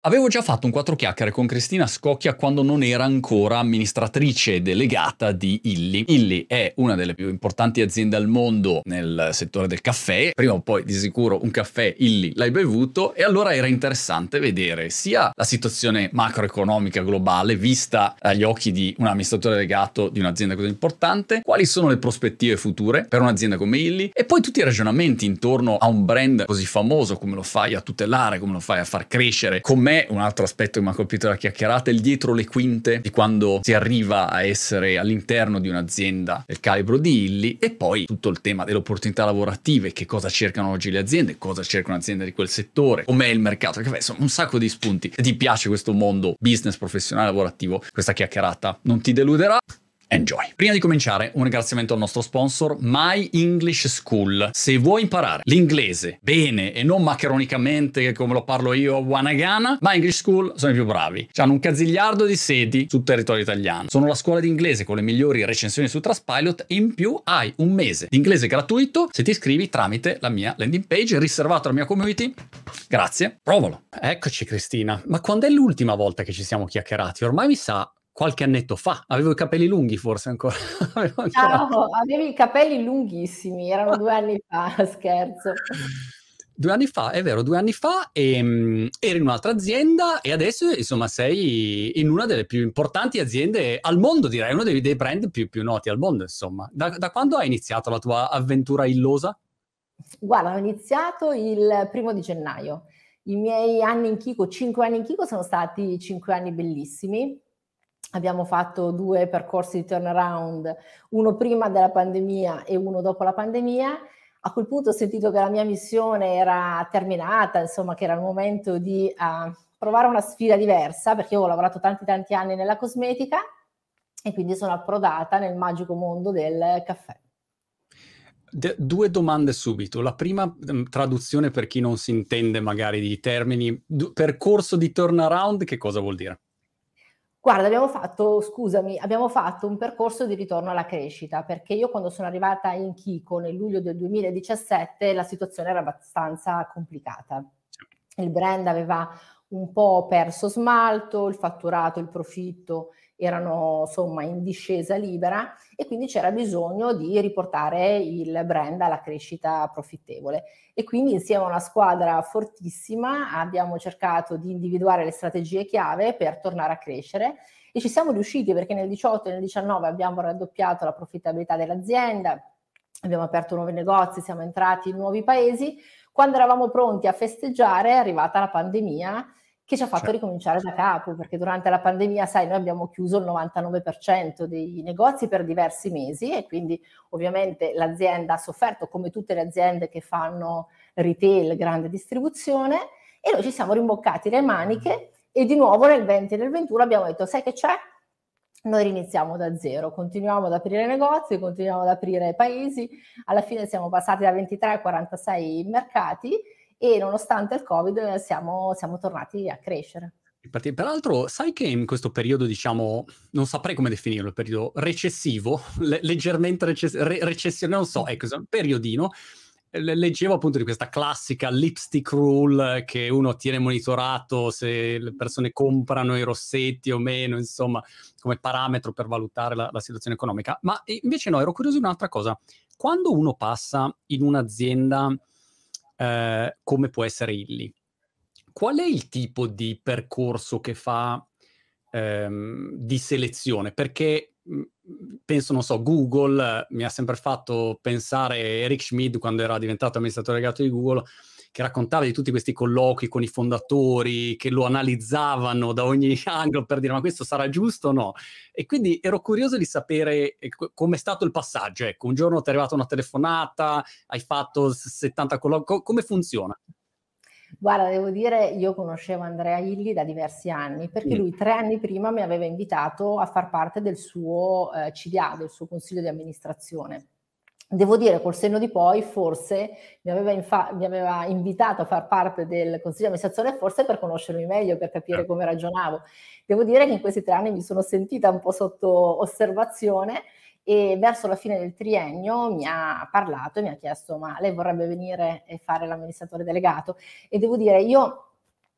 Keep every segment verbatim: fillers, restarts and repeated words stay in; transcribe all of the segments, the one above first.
Avevo già fatto un quattro chiacchiere con Cristina Scocchia quando non era ancora amministratrice delegata di Illy. Illy è una delle più importanti aziende al mondo nel settore del caffè. Prima o poi di sicuro un caffè Illy l'hai bevuto, e allora era interessante vedere sia la situazione macroeconomica globale vista agli occhi di un amministratore delegato di un'azienda così importante, quali sono le prospettive future per un'azienda come Illy, e poi tutti i ragionamenti intorno a un brand così famoso, come lo fai a tutelare, come lo fai a far crescere. Con me un altro aspetto che mi ha colpito dalla chiacchierata è il dietro le quinte di quando si arriva a essere all'interno di un'azienda del calibro di Illy, e poi tutto il tema delle opportunità lavorative, che cosa cercano oggi le aziende, cosa cerca un'azienda di quel settore, com'è il mercato, che sono un sacco di spunti. Se ti piace questo mondo business, professionale, lavorativo, questa chiacchierata non ti deluderà. Enjoy! Prima di cominciare, un ringraziamento al nostro sponsor My English School. Se vuoi imparare l'inglese bene e non maccheronicamente come lo parlo io a Wanagana, My English School sono i più bravi. Hanno un cazigliardo di sedi sul territorio italiano. Sono la scuola di inglese con le migliori recensioni su Trustpilot, e in più hai un mese di inglese gratuito se ti iscrivi tramite la mia landing page riservato alla mia community. Grazie, provalo. Eccoci Cristina, ma quando è l'ultima volta che ci siamo chiacchierati? Ormai mi sa qualche annetto fa. Avevo i capelli lunghi forse ancora. Avevo ancora... Ciao, avevi i capelli lunghissimi, erano due anni fa, scherzo. Due anni fa, è vero, due anni fa, e, um, eri in un'altra azienda, e adesso insomma sei in una delle più importanti aziende al mondo, direi, uno dei, dei brand più, più noti al mondo, insomma. Da, da quando hai iniziato la tua avventura illosa? Guarda, ho iniziato il primo di gennaio. I miei anni in Kiko, cinque anni in Kiko, sono stati cinque anni bellissimi. Abbiamo fatto due percorsi di turnaround, uno prima della pandemia e uno dopo la pandemia. A quel punto ho sentito che la mia missione era terminata, insomma, che era il momento di uh, provare una sfida diversa, perché io ho lavorato tanti tanti anni nella cosmetica, e quindi sono approdata nel magico mondo del caffè. De- due domande subito. La prima, traduzione per chi non si intende magari di termini. Du- percorso di turnaround, che cosa vuol dire? Guarda, abbiamo fatto, scusami, abbiamo fatto un percorso di ritorno alla crescita, perché io quando sono arrivata in Kiko nel luglio del duemiladiciassette la situazione era abbastanza complicata. Il brand aveva un po' perso smalto, il fatturato, il profitto erano insomma in discesa libera, e quindi c'era bisogno di riportare il brand alla crescita profittevole. E quindi insieme a una squadra fortissima abbiamo cercato di individuare le strategie chiave per tornare a crescere, e ci siamo riusciti, perché nel diciotto e nel diciannove abbiamo raddoppiato la profittabilità dell'azienda, abbiamo aperto nuovi negozi, siamo entrati in nuovi paesi. Quando eravamo pronti a festeggiare è arrivata la pandemia, che ci ha fatto ricominciare da capo, perché durante la pandemia, sai, noi abbiamo chiuso il novantanove per cento dei negozi per diversi mesi, e quindi ovviamente l'azienda ha sofferto, come tutte le aziende che fanno retail, grande distribuzione, e noi ci siamo rimboccati le maniche, e di nuovo nel venti e nel ventuno abbiamo detto: sai che c'è? Noi riniziamo da zero, continuiamo ad aprire negozi, continuiamo ad aprire paesi, alla fine siamo passati da ventitré a quarantasei mercati, e nonostante il Covid siamo, siamo tornati a crescere. Peraltro, sai che in questo periodo, diciamo, non saprei come definirlo, il periodo recessivo, le- leggermente recess- re- recessione, non so, ecco, un periodino, le- leggevo appunto di questa classica lipstick rule, che uno tiene monitorato se le persone comprano i rossetti o meno, insomma, come parametro per valutare la, la situazione economica. Ma invece no, ero curioso di un'altra cosa. Quando uno passa in un'azienda eh, come può essere Illy, qual è il tipo di percorso che fa ehm, di selezione? Perché mh, penso, non so, Google, eh, mi ha sempre fatto pensare Eric Schmidt quando era diventato amministratore delegato di Google, che raccontava di tutti questi colloqui con i fondatori, che lo analizzavano da ogni angolo per dire: ma questo sarà giusto o no? E quindi ero curioso di sapere eh, co- com'è stato il passaggio. Ecco, un giorno ti è arrivata una telefonata, hai fatto settanta colloqui, co- come funziona? Guarda, devo dire, io conoscevo Andrea Illy da diversi anni, perché Mm. lui tre anni prima mi aveva invitato a far parte del suo eh, C D A, del suo consiglio di amministrazione. Devo dire, col senno di poi, forse mi aveva, infa- mi aveva invitato a far parte del consiglio di amministrazione, forse per conoscermi meglio, per capire come ragionavo. Devo dire che in questi tre anni mi sono sentita un po' sotto osservazione, e verso la fine del triennio mi ha parlato e mi ha chiesto: ma lei vorrebbe venire e fare l'amministratore delegato? E devo dire, io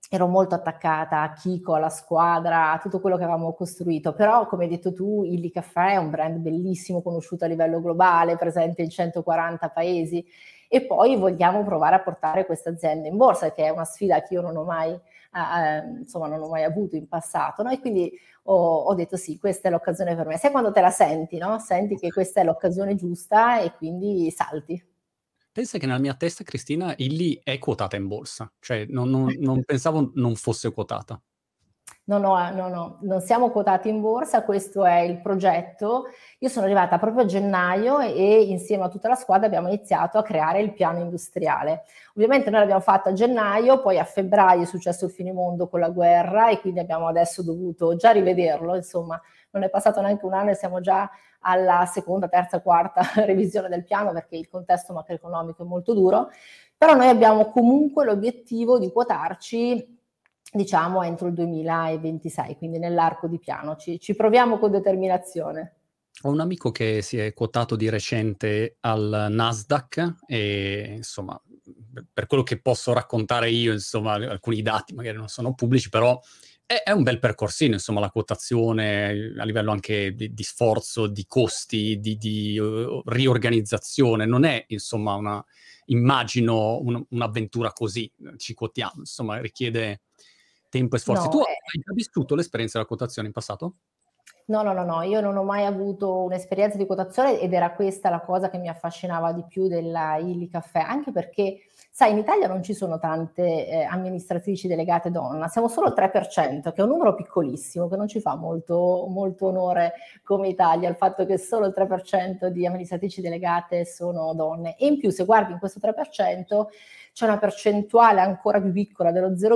ero molto attaccata a Kiko, alla squadra, a tutto quello che avevamo costruito, però come hai detto tu, Illy Caffè è un brand bellissimo, conosciuto a livello globale, presente in centoquaranta paesi, e poi vogliamo provare a portare questa azienda in borsa, che è una sfida che io non ho mai, eh, insomma, non ho mai avuto in passato, no? E quindi ho, ho detto sì, questa è l'occasione per me. Sai quando te la senti, no? Senti che questa è l'occasione giusta e quindi salti. Pensa che nella mia testa, Cristina, Illy è quotata in borsa, cioè non, non, non pensavo non fosse quotata. No, no, no, no, non siamo quotati in borsa, questo è il progetto. Io sono arrivata proprio a gennaio e insieme a tutta la squadra abbiamo iniziato a creare il piano industriale. Ovviamente noi l'abbiamo fatto a gennaio, poi a febbraio è successo il finimondo con la guerra e quindi abbiamo adesso dovuto già rivederlo, insomma, non è passato neanche un anno e siamo già alla seconda, terza, quarta revisione del piano perché il contesto macroeconomico è molto duro, però noi abbiamo comunque l'obiettivo di quotarci diciamo entro il duemilaventisei, quindi nell'arco di piano. Ci, ci proviamo con determinazione. Ho un amico che si è quotato di recente al Nasdaq e insomma, per quello che posso raccontare io, insomma, alcuni dati magari non sono pubblici, però è, è un bel percorsino, insomma, la quotazione a livello anche di, di sforzo, di costi, di, di uh, riorganizzazione. Non è, insomma, una, immagino un, un'avventura così, ci quotiamo, insomma, richiede tempo e sforzi. No, Tu è... hai già vissuto l'esperienza della quotazione in passato? No, no, no, no, io non ho mai avuto un'esperienza di quotazione ed era questa la cosa che mi affascinava di più della Illy Caffè, anche perché, sai, in Italia non ci sono tante eh, amministratrici delegate donna, siamo solo il tre per cento, che è un numero piccolissimo, che non ci fa molto, molto onore come Italia, il fatto che solo il tre per cento di amministratrici delegate sono donne. E in più, se guardi in questo tre per cento, c'è una percentuale ancora più piccola dello zero,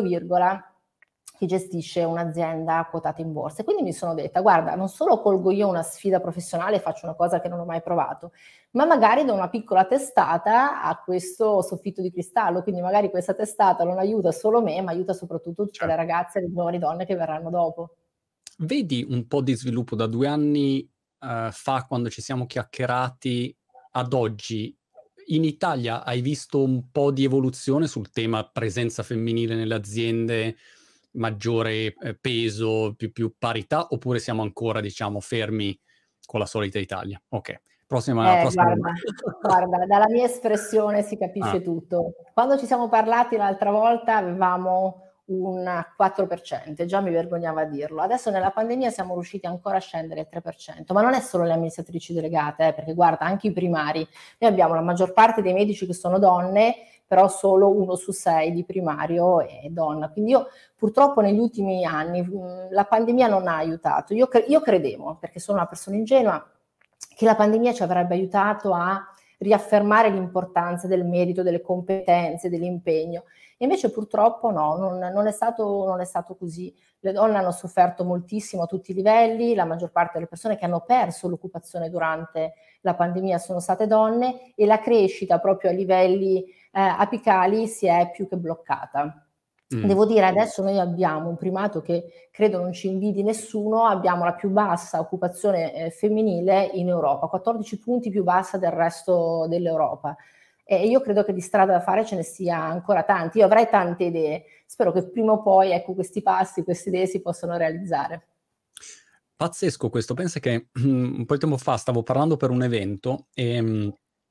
che gestisce un'azienda quotata in borsa. E quindi mi sono detta, guarda, non solo colgo io una sfida professionale, faccio una cosa che non ho mai provato, ma magari do una piccola testata a questo soffitto di cristallo, quindi magari questa testata non aiuta solo me, ma aiuta soprattutto tutte le ragazze e le giovani donne che verranno dopo. Vedi un po' di sviluppo da due anni uh, fa, quando ci siamo chiacchierati, ad oggi? In Italia hai visto un po' di evoluzione sul tema presenza femminile nelle aziende, maggiore eh, peso, più, più parità, oppure siamo ancora, diciamo, fermi con la solita Italia? Ok, prossima, Eh, prossima guarda, guarda, dalla mia espressione si capisce ah. tutto. Quando ci siamo parlati l'altra volta avevamo un quattro per cento e già mi vergognava a dirlo. Adesso nella pandemia siamo riusciti ancora a scendere al tre per cento, ma non è solo le amministratrici delegate, eh, perché guarda, anche i primari. Noi abbiamo la maggior parte dei medici che sono donne, però solo uno su sei di primario è donna. Quindi io purtroppo negli ultimi anni mh, la pandemia non ha aiutato. Io, cre- io credevo, perché sono una persona ingenua, che la pandemia ci avrebbe aiutato a riaffermare l'importanza del merito, delle competenze, dell'impegno. E invece purtroppo no, non, non, è stato, non è stato così. Le donne hanno sofferto moltissimo a tutti i livelli, la maggior parte delle persone che hanno perso l'occupazione durante la pandemia sono state donne e la crescita proprio a livelli eh, apicali si è più che bloccata. Mm. Devo dire, adesso noi abbiamo un primato che credo non ci invidi nessuno, abbiamo la più bassa occupazione eh, femminile in Europa, quattordici punti più bassa del resto dell'Europa. E io credo che di strada da fare ce ne sia ancora tanti. Io avrei tante idee, spero che prima o poi ecco, questi passi, queste idee si possano realizzare. Pazzesco questo, pensa che um, un po' di tempo fa stavo parlando per un evento e um,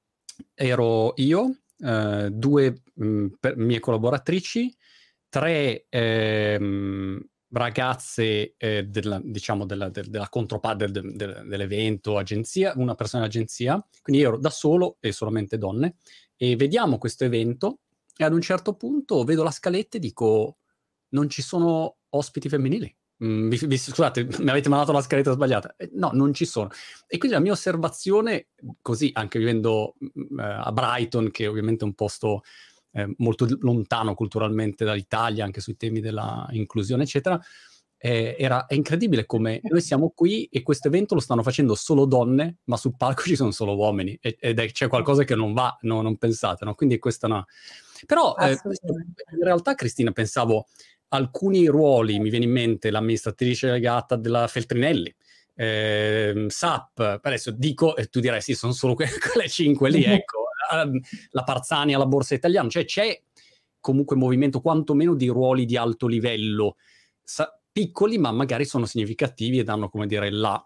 ero io, uh, due um, per, mie collaboratrici, tre ehm, ragazze eh, della, diciamo della, della, della controparte del, del, dell'evento, agenzia, una persona in agenzia, quindi io ero da solo e solamente donne, e vediamo questo evento e ad un certo punto vedo la scaletta e dico non ci sono ospiti femminili. Mm, vi, vi, scusate, mi avete mandato la scaletta sbagliata. Eh, no, non ci sono. E quindi la mia osservazione, così anche vivendo mm, a Brighton, che ovviamente è un posto Eh, molto lontano culturalmente dall'Italia, anche sui temi della inclusione, eccetera, eh, era, è incredibile come noi siamo qui e questo evento lo stanno facendo solo donne, ma sul palco ci sono solo uomini, ed è, c'è qualcosa che non va, no, non pensate, no? Quindi questa è una... Però eh, in realtà, Cristina, pensavo alcuni ruoli, mi viene in mente l'amministratrice delegata della Feltrinelli, eh, S A P, adesso dico, e tu direi sì, sono solo que- quelle cinque lì, ecco, la Parzani alla Borsa Italiana, cioè c'è comunque movimento quantomeno di ruoli di alto livello, Sa- piccoli ma magari sono significativi e danno, come dire, là.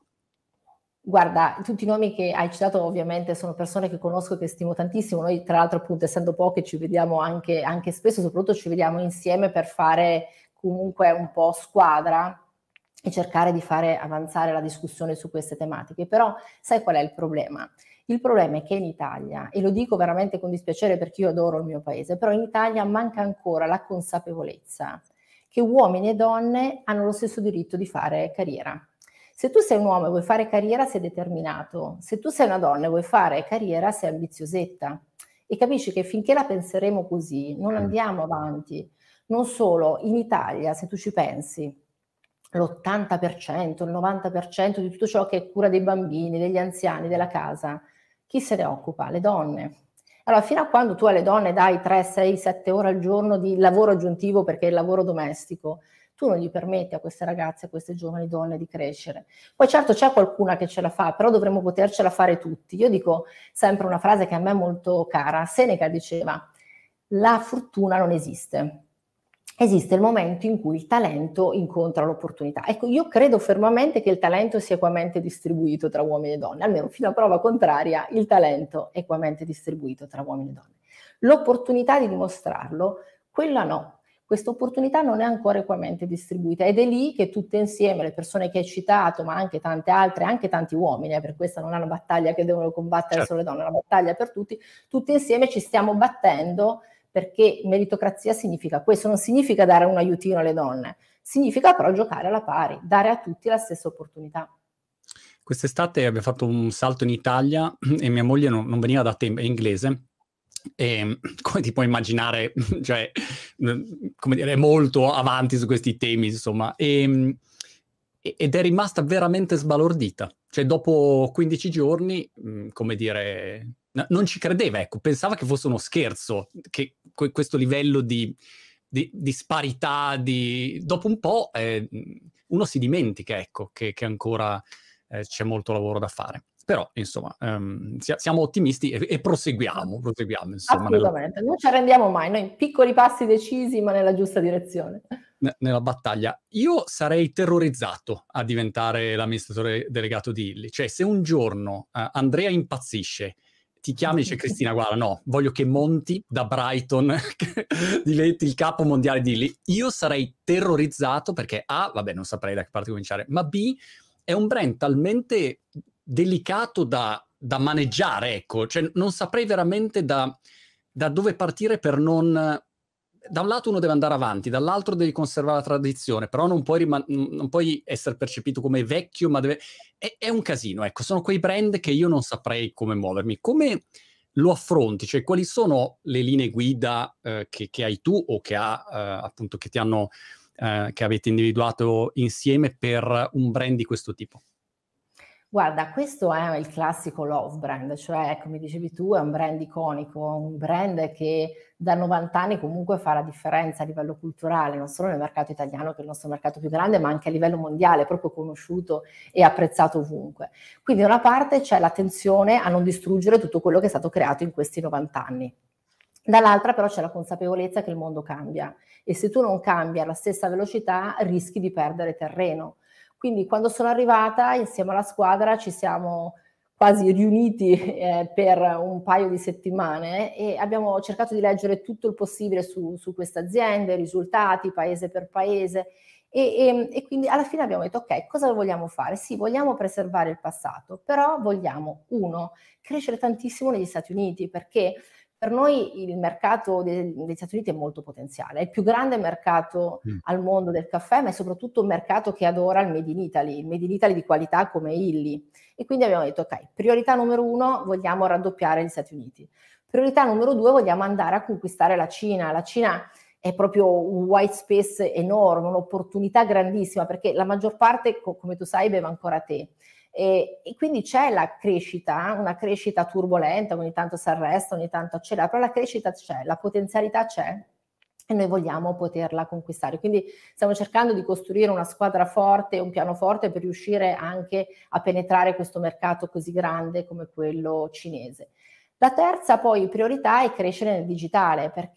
Guarda, tutti i nomi che hai citato ovviamente sono persone che conosco e che stimo tantissimo. Noi tra l'altro appunto essendo poche ci vediamo anche, anche spesso, soprattutto ci vediamo insieme per fare comunque un po' squadra e cercare di fare avanzare la discussione su queste tematiche. Però sai qual è il problema? Il problema è che in Italia, e lo dico veramente con dispiacere perché io adoro il mio paese, però in Italia manca ancora la consapevolezza che uomini e donne hanno lo stesso diritto di fare carriera. Se tu sei un uomo e vuoi fare carriera, sei determinato. Se tu sei una donna e vuoi fare carriera, sei ambiziosetta. E capisci che finché la penseremo così, non andiamo avanti. Non solo, in Italia, se tu ci pensi, l'ottanta per cento, il novanta per cento di tutto ciò che è cura dei bambini, degli anziani, della casa, chi se ne occupa? Le donne. Allora, fino a quando tu alle donne dai tre, sei, sette ore al giorno di lavoro aggiuntivo perché è il lavoro domestico, tu non gli permetti a queste ragazze, a queste giovani donne di crescere. Poi certo c'è qualcuna che ce la fa, però dovremmo potercela fare tutti. Io dico sempre una frase che a me è molto cara. Seneca diceva: la fortuna non esiste. Esiste il momento in cui il talento incontra l'opportunità. Ecco, io credo fermamente che il talento sia equamente distribuito tra uomini e donne, almeno fino a prova contraria, il talento è equamente distribuito tra uomini e donne. L'opportunità di dimostrarlo, quella no. Questa opportunità non è ancora equamente distribuita ed è lì che tutte insieme, le persone che hai citato, ma anche tante altre, anche tanti uomini, eh, per questa non è una battaglia che devono combattere Certo. solo le donne, è una battaglia per tutti, tutti insieme ci stiamo battendo, perché meritocrazia significa questo, non significa dare un aiutino alle donne, significa però giocare alla pari, dare a tutti la stessa opportunità. Quest'estate abbiamo fatto un salto in Italia e mia moglie non, non veniva da tempo, è inglese, e come ti puoi immaginare, cioè, come dire, è molto avanti su questi temi, insomma, e, ed è rimasta veramente sbalordita. Cioè, dopo quindici giorni, come dire, non ci credeva, ecco, pensava che fosse uno scherzo, che questo livello di, di disparità, di... dopo un po' eh, uno si dimentica, ecco, che, che ancora eh, c'è molto lavoro da fare. Però, insomma, um, siamo ottimisti e, e proseguiamo, proseguiamo, insomma. Assolutamente, nella... non ci arrendiamo mai, noi piccoli passi decisi ma nella giusta direzione. Nella battaglia. Io sarei terrorizzato a diventare l'amministratore delegato di Illy. Cioè, se un giorno uh, Andrea impazzisce, ti chiami e dice: Cristina, guarda, no, voglio che monti da Brighton, diventi il capo mondiale di Illy. Io sarei terrorizzato perché A, vabbè, non saprei da che parte cominciare, ma B, è un brand talmente delicato da, da maneggiare, ecco. Cioè, non saprei veramente da, da dove partire per non... Da un lato uno deve andare avanti, dall'altro devi conservare la tradizione, però non puoi, riman- non puoi essere percepito come vecchio, ma deve... È, è un casino, ecco, sono quei brand che io non saprei come muovermi. Come lo affronti? Cioè, quali sono le linee guida eh, che, che hai tu o che ha, eh, appunto, che ti hanno, eh, che avete individuato insieme per un brand di questo tipo? Guarda, questo è il classico love brand, cioè come dicevi tu è un brand iconico, un brand che da novanta anni comunque fa la differenza a livello culturale, non solo nel mercato italiano che è il nostro mercato più grande, ma anche a livello mondiale, proprio conosciuto e apprezzato ovunque. Quindi da una parte c'è l'attenzione a non distruggere tutto quello che è stato creato in questi novanta anni. Dall'altra però c'è la consapevolezza che il mondo cambia e se tu non cambi alla stessa velocità rischi di perdere terreno. Quindi quando sono arrivata insieme alla squadra ci siamo quasi riuniti eh, per un paio di settimane e abbiamo cercato di leggere tutto il possibile su, su queste aziende, risultati, paese per paese e, e, e quindi alla fine abbiamo detto ok, cosa vogliamo fare? Sì, vogliamo preservare il passato, però vogliamo, uno, crescere tantissimo negli Stati Uniti perché per noi il mercato de- degli Stati Uniti è molto potenziale, è il più grande mercato mm. al mondo del caffè, ma è soprattutto un mercato che adora il Made in Italy, il Made in Italy di qualità come Illy. E quindi abbiamo detto, ok, priorità numero uno, vogliamo raddoppiare gli Stati Uniti. Priorità numero due, vogliamo andare a conquistare la Cina. La Cina è proprio un white space enorme, un'opportunità grandissima, perché la maggior parte, co- come tu sai, beve ancora tè. E, e quindi c'è la crescita, una crescita turbolenta, ogni tanto si arresta, ogni tanto accelera, però la crescita c'è, la potenzialità c'è e noi vogliamo poterla conquistare. Quindi stiamo cercando di costruire una squadra forte, un piano forte per riuscire anche a penetrare questo mercato così grande come quello cinese. La terza poi priorità è crescere nel digitale, perché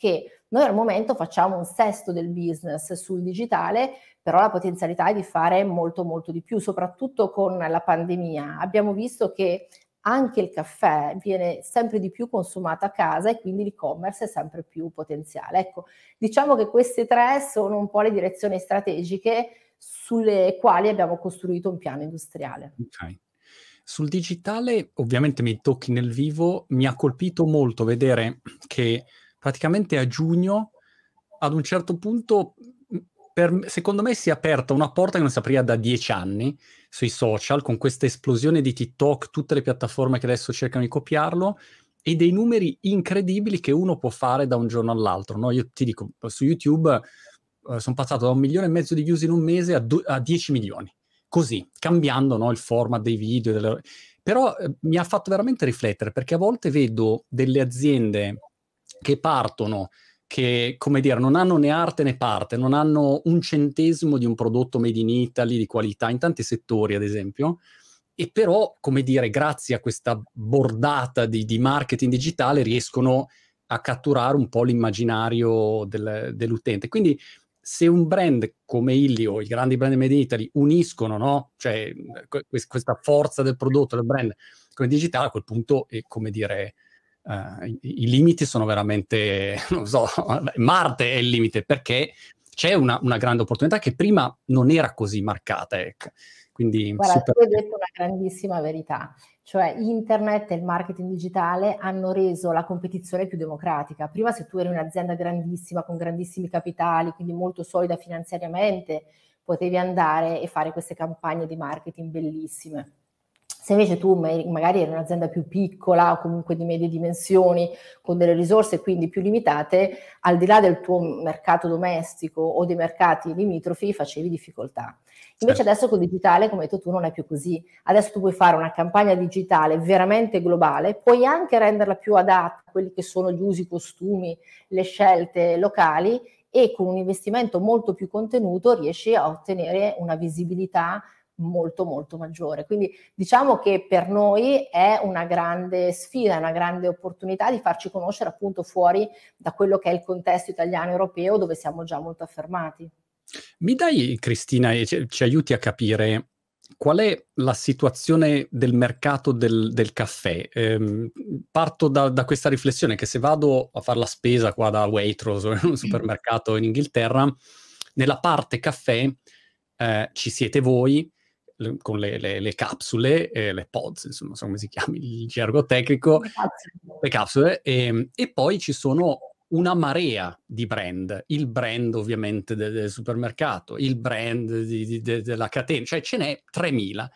Noi al momento facciamo un sesto del business sul digitale, però la potenzialità è di fare molto molto di più, soprattutto con la pandemia. Abbiamo visto che anche il caffè viene sempre di più consumato a casa e quindi l'e-commerce è sempre più potenziale. Ecco, diciamo che queste tre sono un po' le direzioni strategiche sulle quali abbiamo costruito un piano industriale. Ok. Sul digitale, ovviamente mi tocchi nel vivo, mi ha colpito molto vedere che praticamente a giugno, ad un certo punto, per, secondo me si è aperta una porta che non si apriva da dieci anni sui social, con questa esplosione di TikTok, tutte le piattaforme che adesso cercano di copiarlo, e dei numeri incredibili che uno può fare da un giorno all'altro, no? Io ti dico, su YouTube eh, sono passato da un milione e mezzo di views in un mese a, du- a dieci milioni. Così, cambiando, no, il format dei video. Delle... Però eh, mi ha fatto veramente riflettere, perché a volte vedo delle aziende che partono, che, come dire, non hanno né arte né parte, non hanno un centesimo di un prodotto made in Italy di qualità, in tanti settori, ad esempio, e però, come dire, grazie a questa bordata di, di marketing digitale riescono a catturare un po' l'immaginario del, dell'utente. Quindi se un brand come Illy o i grandi brand made in Italy uniscono, no? Cioè, questa forza del prodotto, del brand, come digitale, a quel punto è, come dire, uh, i, i limiti sono veramente, non so, Marte è il limite, perché c'è una, una grande opportunità che prima non era così marcata, ecco. Quindi, guarda, super... tu hai detto una grandissima verità, cioè internet e il marketing digitale hanno reso la competizione più democratica. Prima, se tu eri un'azienda grandissima, con grandissimi capitali, quindi molto solida finanziariamente, potevi andare e fare queste campagne di marketing bellissime. Se invece tu magari eri un'azienda più piccola o comunque di medie dimensioni, con delle risorse quindi più limitate, al di là del tuo mercato domestico o dei mercati limitrofi, facevi difficoltà. Invece Certo. adesso col digitale, come hai detto tu, non è più così. Adesso tu puoi fare una campagna digitale veramente globale, puoi anche renderla più adatta a quelli che sono gli usi, i costumi, le scelte locali, e con un investimento molto più contenuto riesci a ottenere una visibilità molto molto maggiore. Quindi diciamo che per noi è una grande sfida, una grande opportunità di farci conoscere appunto fuori da quello che è il contesto italiano e europeo, dove siamo già molto affermati. Mi dai, Cristina, e ci, ci aiuti a capire qual è la situazione del mercato del, del caffè? Ehm, parto da, da questa riflessione, che se vado a fare la spesa qua da Waitrose o in un supermercato in Inghilterra, nella parte caffè eh, ci siete voi le, con le, le, le capsule, eh, le pods, insomma, non so come si chiami il gergo tecnico, le capsule, e, e poi ci sono una marea di brand, il brand ovviamente del, del supermercato, il brand di, di, de, della catena, cioè ce n'è tremila,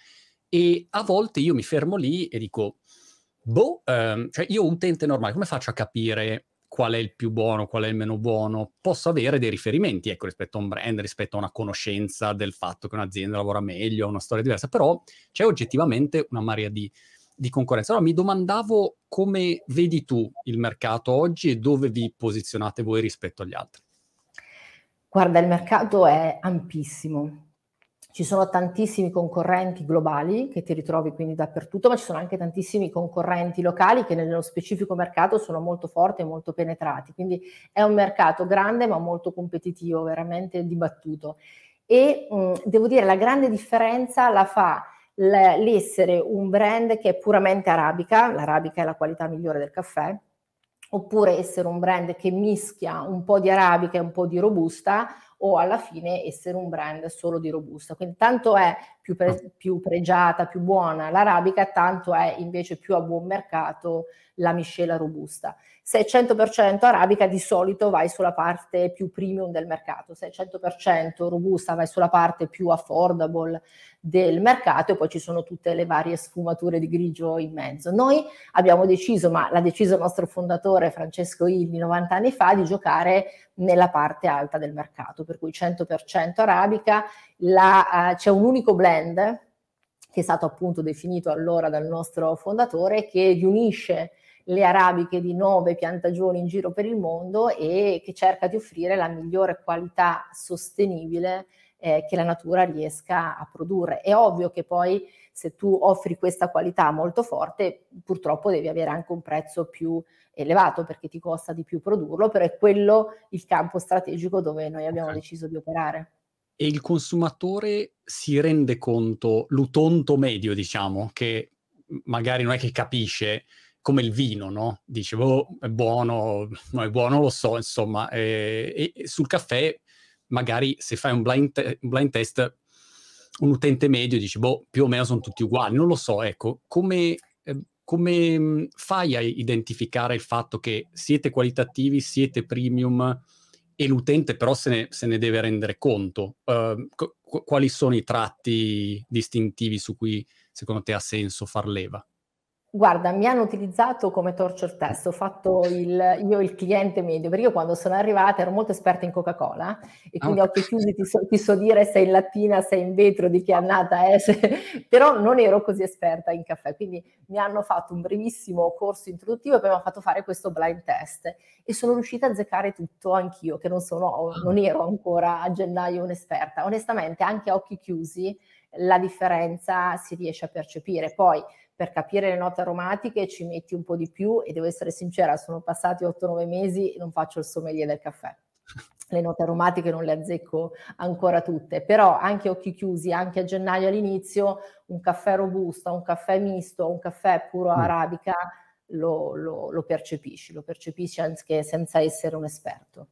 e a volte io mi fermo lì e dico, boh, ehm, cioè io utente normale, come faccio a capire qual è il più buono, qual è il meno buono? Posso avere dei riferimenti, ecco, rispetto a un brand, rispetto a una conoscenza del fatto che un'azienda lavora meglio, una storia diversa, però c'è oggettivamente una marea di di concorrenza. Allora mi domandavo come vedi tu il mercato oggi e dove vi posizionate voi rispetto agli altri. Guarda, il mercato è ampissimo. Ci sono tantissimi concorrenti globali che ti ritrovi quindi dappertutto, ma ci sono anche tantissimi concorrenti locali che nello specifico mercato sono molto forti e molto penetrati. Quindi è un mercato grande ma molto competitivo, veramente dibattuto. E mh, devo dire, la grande differenza la fa l'essere un brand che è puramente arabica, l'arabica è la qualità migliore del caffè, oppure essere un brand che mischia un po' di arabica e un po' di robusta, o alla fine essere un brand solo di robusta. Quindi tanto è più, pre- più pregiata, più buona l'arabica, tanto è invece più a buon mercato la miscela robusta. Se è cento per cento arabica, di solito vai sulla parte più premium del mercato, se è cento per cento robusta vai sulla parte più affordable del mercato, e poi ci sono tutte le varie sfumature di grigio in mezzo. Noi abbiamo deciso, ma l'ha deciso il nostro fondatore Francesco Illy novanta anni fa, di giocare nella parte alta del mercato, per cui cento per cento arabica. La, uh, c'è un unico blend che è stato appunto definito allora dal nostro fondatore, che riunisce le arabiche di nove piantagioni in giro per il mondo e che cerca di offrire la migliore qualità sostenibile eh, che la natura riesca a produrre. È ovvio che poi se tu offri questa qualità molto forte, purtroppo devi avere anche un prezzo più elevato perché ti costa di più produrlo, però è quello il campo strategico dove noi abbiamo Okay. deciso di operare. E il consumatore si rende conto, l'utonto medio diciamo, che m magari non è che capisce, come il vino, no, dice: "Boh, è buono, no è buono, lo so", insomma, ehm, e e sul caffè magari se fai un blind te un blind test, un utente medio dice: "Boh, più o meno son tutti uguali". Non lo so, ecco, come ehm, come, mhmm, fai a identificare il fatto che siete qualitativi, siete premium e l'utente però se ne se ne deve rendere conto? Uhm, co qu quali sono i tratti distintivi su cui secondo te ha senso far leva? Guarda, mi hanno utilizzato come torture test, ho fatto il io il cliente medio, perché io quando sono arrivata ero molto esperta in Coca-Cola e Ah, ho quindi a occhio capito. chiusi ti so ti so dire se è in lattina, se è in vetro, di che annata è, se però non ero così esperta in caffè. Quindi mi hanno fatto un brevissimo corso introduttivo e poi m'han fatto fare questo blind test e sono riuscita a azzeccare tutto anch'io, che non sono Ah. non ero ancora a gennaio un'esperta. Onestamente anche a occhi chiusi la differenza si riesce a percepire. Poi per capire le note aromatiche ci metti un po' di più e devo essere sincera, sono passati otto nove mesi e non faccio il sommelier del caffè. Le note aromatiche non le azzecco ancora tutte, però anche a occhi chiusi, anche a gennaio all'inizio, un caffè robusto, un caffè misto, un caffè puro Mh. arabica lo lo lo percepisci, lo percepisci anche senza essere un esperto.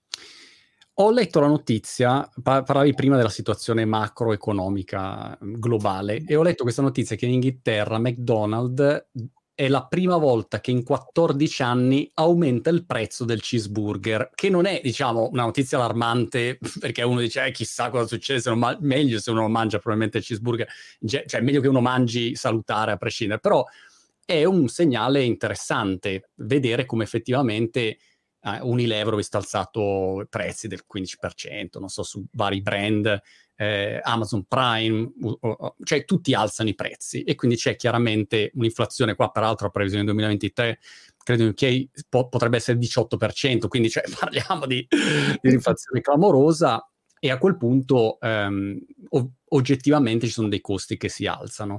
Ho letto la notizia, pa parlavi prima della situazione macroeconomica, mhmm, globale, e ho letto questa notizia che in Inghilterra McDonald's, mhmm, è la prima volta che in quattordici anni aumenta il prezzo del cheeseburger, che non è, diciamo, una notizia allarmante perché uno dice: "Eh, chissà cosa succede se non ma" meglio se uno non mangia probabilmente il cheeseburger, ge cioè meglio che uno mangi salutare a prescindere, però è un segnale interessante vedere come effettivamente a Unilever ho visto alzato i prezzi del quindici per cento, non so, su vari brand, ehm, Amazon Prime, u o o cioè tutti alzano i prezzi e quindi c'è chiaramente un'inflazione qua, peraltro la previsione duemilaventitré credo in U K po potrebbe essere il diciotto per cento, quindi cioè parliamo di di un'inflazione clamorosa e a quel punto, ehm, o oggettivamente ci sono dei costi che si alzano.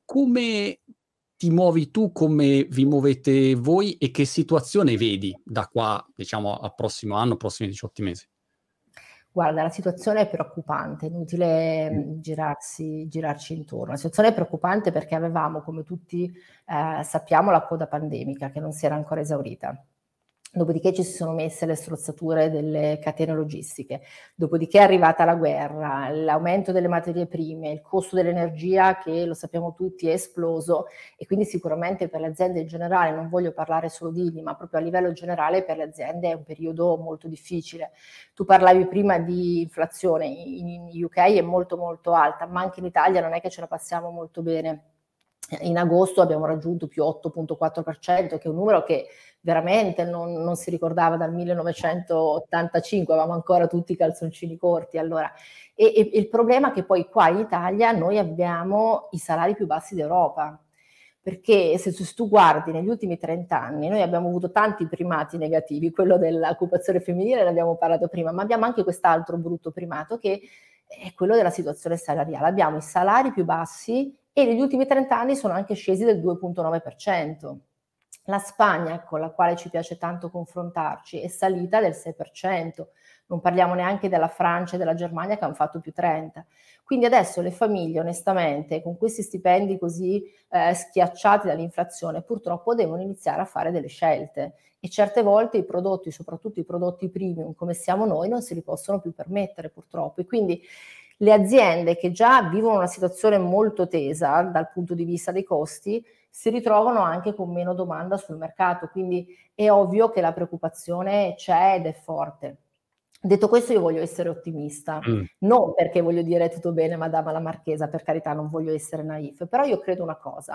Come ti muovi tu, come vi muovete voi e che situazione vedi da qua, diciamo, al prossimo anno, prossimi diciotto mesi? Guarda, la situazione è preoccupante, inutile, Mh. mhmm, girarsi girarci intorno. La situazione è preoccupante perché avevamo, come tutti, ehm, sappiamo, la coda pandemica che non si era ancora esaurita. Dopodiché ci si sono messe le strozzature delle catene logistiche, dopodiché è arrivata la guerra, l'aumento delle materie prime, il costo dell'energia che, lo sappiamo tutti, è esploso e quindi sicuramente per le aziende in generale, non voglio parlare solo di I L I, ma proprio a livello generale per le aziende è un periodo molto difficile. Tu parlavi prima di inflazione, in U K è molto molto alta, ma anche in Italia non è che ce la passiamo molto bene. In agosto abbiamo raggiunto più otto virgola quattro per cento, che è un numero che veramente non non si ricordava dal millenovecentottantacinque, avevamo ancora tutti i calzoncini corti allora. E e il problema è che poi qua in Italia noi abbiamo i salari più bassi d'Europa, perché se tu s tu guardi negli ultimi trenta anni noi abbiamo avuto tanti primati negativi, quello dell'occupazione femminile ne abbiamo parlato prima, ma abbiamo anche quest'altro brutto primato che è quello della situazione salariale. Abbiamo i salari più bassi e negli ultimi trenta anni sono anche scesi del due virgola nove per cento. La Spagna, con la quale ci piace tanto confrontarci, è salita del sei per cento. Non parliamo neanche della Francia e della Germania che han fatto più trenta. Quindi adesso le famiglie onestamente con questi stipendi così, ehm, schiacciati dall'inflazione, purtroppo devono iniziare a fare delle scelte e certe volte i prodotti, soprattutto i prodotti premium come siamo noi, non se li possono più permettere purtroppo. E quindi le aziende che già vivono una situazione molto tesa dal punto di vista dei costi, si ritrovano anche con meno domanda sul mercato, quindi è ovvio che la preoccupazione c'è ed è forte. Detto questo io voglio essere ottimista, Mh. non perché voglio dire tutto bene madama la marchesa, per carità non voglio essere naïf, però io credo una cosa,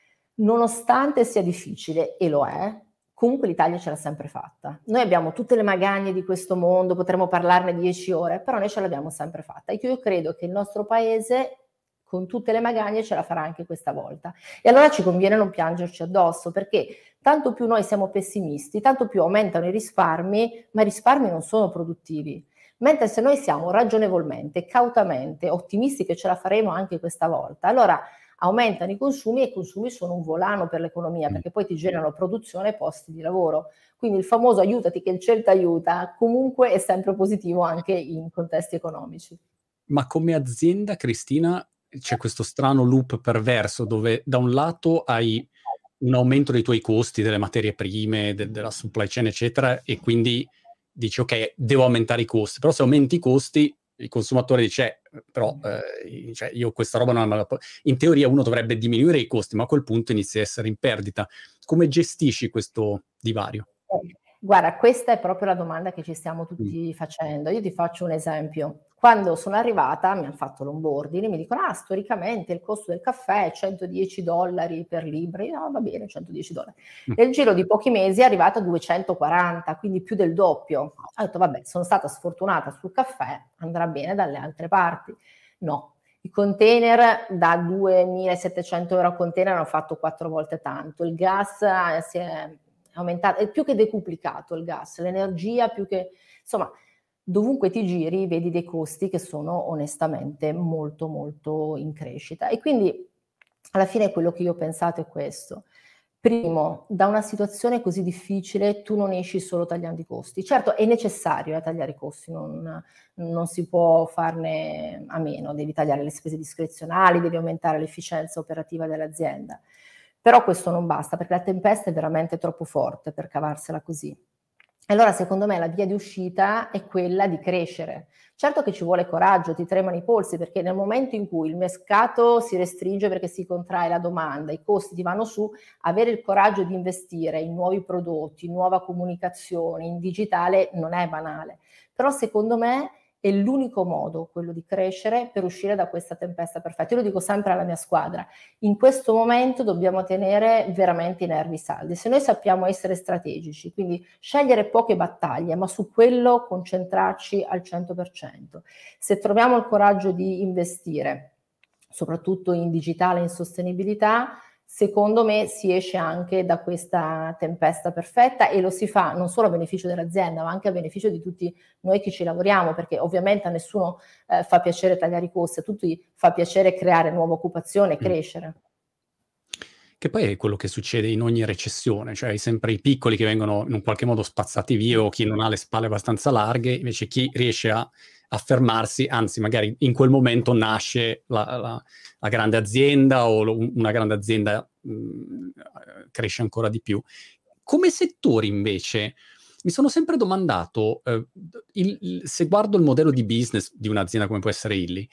nonostante sia difficile, e lo è, comunque l'Italia ce l'ha sempre fatta. Noi abbiamo tutte le magagne di questo mondo, potremmo parlarne dieci ore, però noi ce l'abbiamo sempre fatta e io credo che il nostro paese con tutte le magagne ce la farà anche questa volta. E allora ci conviene non piangerci addosso, perché tanto più noi siamo pessimisti, tanto più aumentano i risparmi, ma i risparmi non sono produttivi. Mentre se noi siamo ragionevolmente, cautamente, ottimisti che ce la faremo anche questa volta, allora aumentano i consumi e i consumi sono un volano per l'economia, perché poi ti generano produzione e posti di lavoro. Quindi il famoso aiutati che il cielo ti aiuta comunque è sempre positivo anche in contesti economici. Ma come azienda, Cristina, c'è questo strano loop perverso dove da un lato hai un aumento dei tuoi costi, delle materie prime, de- della supply chain, eccetera, e quindi dici ok, devo aumentare i costi, però se aumenti i costi, il consumatore dice, eh, però eh, cioè, io questa roba non me la po-". In teoria uno dovrebbe diminuire i costi, ma a quel punto inizia a essere in perdita. Come gestisci questo divario? Eh, Guarda, questa è proprio la domanda che ci stiamo Mm. tutti facendo. Io ti faccio un esempio. Quando sono arrivata, mi hanno fatto l'onboarding e mi dicono, ah, storicamente il costo del caffè è centodieci dollari per libra. Io, no, va bene, centodieci dollari. Mm. Nel giro di pochi mesi è arrivata a duecentoquaranta, quindi più del doppio. Ho detto, vabbè, sono stata sfortunata sul caffè, andrà bene dalle altre parti. No, i container da duemilasettecento euro a container hanno fatto quattro volte tanto. Il gas eh, si è aumentato, è più che decuplicato il gas, l'energia più che, insomma, dovunque ti giri vedi dei costi che sono onestamente molto molto in crescita. E quindi alla fine quello che io ho pensato è questo. Primo, da una situazione così difficile tu non esci solo tagliando i costi. Certo, è necessario eh, tagliare i costi, non, non si può farne a meno, devi tagliare le spese discrezionali, devi aumentare l'efficienza operativa dell'azienda. Però questo non basta, perché la tempesta è veramente troppo forte per cavarsela così. Allora, secondo me, la via di uscita è quella di crescere. Certo che ci vuole coraggio, ti tremano i polsi, perché nel momento in cui il mercato si restringe perché si contrae la domanda, i costi ti vanno su, avere il coraggio di investire in nuovi prodotti, in nuova comunicazione, in digitale non è banale. Però secondo me è l'unico modo, quello di crescere, per uscire da questa tempesta perfetta. Io lo dico sempre alla mia squadra, in questo momento dobbiamo tenere veramente i nervi saldi. Se noi sappiamo essere strategici, quindi scegliere poche battaglie, ma su quello concentrarci al cento per cento, se troviamo il coraggio di investire, soprattutto in digitale e in sostenibilità, secondo me si esce anche da questa tempesta perfetta e lo si fa non solo a beneficio dell'azienda, ma anche a beneficio di tutti noi che ci lavoriamo, perché ovviamente a nessuno eh, fa piacere tagliare i costi, a tutti fa piacere creare nuova occupazione e crescere. Che poi è quello che succede in ogni recessione, cioè hai sempre i piccoli che vengono in un qualche modo spazzati via o chi non ha le spalle abbastanza larghe, invece chi riesce a affermarsi, anzi magari in quel momento nasce la, la, la grande azienda o lo, una grande azienda mh, cresce ancora di più. Come settori invece, mi sono sempre domandato, eh, il, il, se guardo il modello di business di un'azienda come può essere Illy,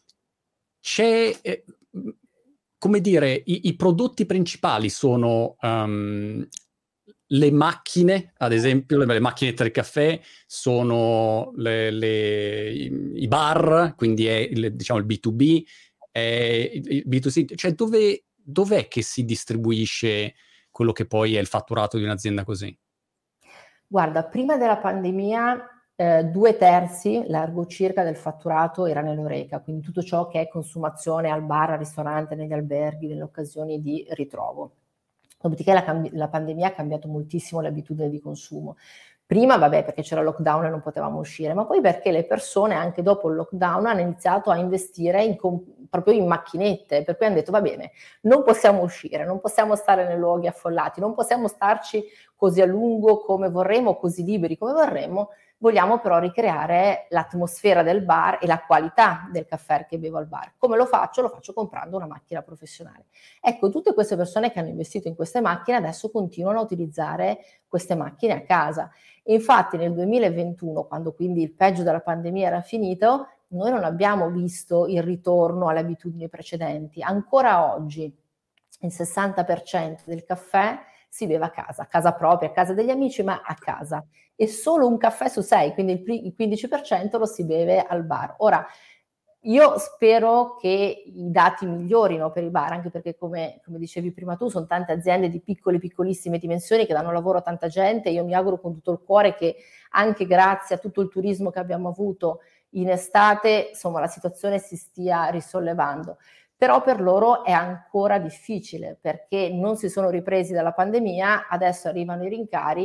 c'è... Eh, come dire, i, i prodotti principali sono um, le macchine, ad esempio, le, le macchinette del caffè, sono le, le, i, i bar, quindi è il, diciamo il B due B, è il, il B due C, cioè dove, dov'è che si distribuisce quello che poi è il fatturato di un'azienda così? Guarda, prima della pandemia eh, due terzi, largo circa, del fatturato era nell'Horeca, quindi tutto ciò che è consumazione al bar, al ristorante, negli alberghi, nelle occasioni di ritrovo. Dopodiché la, cambi- la pandemia ha cambiato moltissimo le abitudini di consumo. Prima, vabbè, perché c'era il lockdown e non potevamo uscire, ma poi perché le persone, anche dopo il lockdown, hanno iniziato a investire in com- proprio in macchinette, per cui hanno detto, va bene, non possiamo uscire, non possiamo stare nei luoghi affollati, non possiamo starci così a lungo come vorremmo, così liberi come vorremmo, vogliamo però ricreare l'atmosfera del bar e la qualità del caffè che bevo al bar. Come lo faccio? Lo faccio comprando una macchina professionale. Ecco, tutte queste persone che hanno investito in queste macchine adesso continuano a utilizzare queste macchine a casa. E infatti nel duemilaventuno, quando quindi il peggio della pandemia era finito, noi non abbiamo visto il ritorno alle abitudini precedenti. Ancora oggi il sessanta per cento del caffè si beve a casa, a casa propria, a casa degli amici, ma a casa. E solo un caffè su sei, quindi il quindici per cento lo si beve al bar. Ora, io spero che i dati migliorino per i bar, anche perché come, come dicevi prima tu, sono tante aziende di piccole, piccolissime dimensioni che danno lavoro a tanta gente. Io mi auguro con tutto il cuore che anche grazie a tutto il turismo che abbiamo avuto in estate, insomma, la situazione si stia risollevando. Però per loro è ancora difficile perché non si sono ripresi dalla pandemia, adesso arrivano i rincari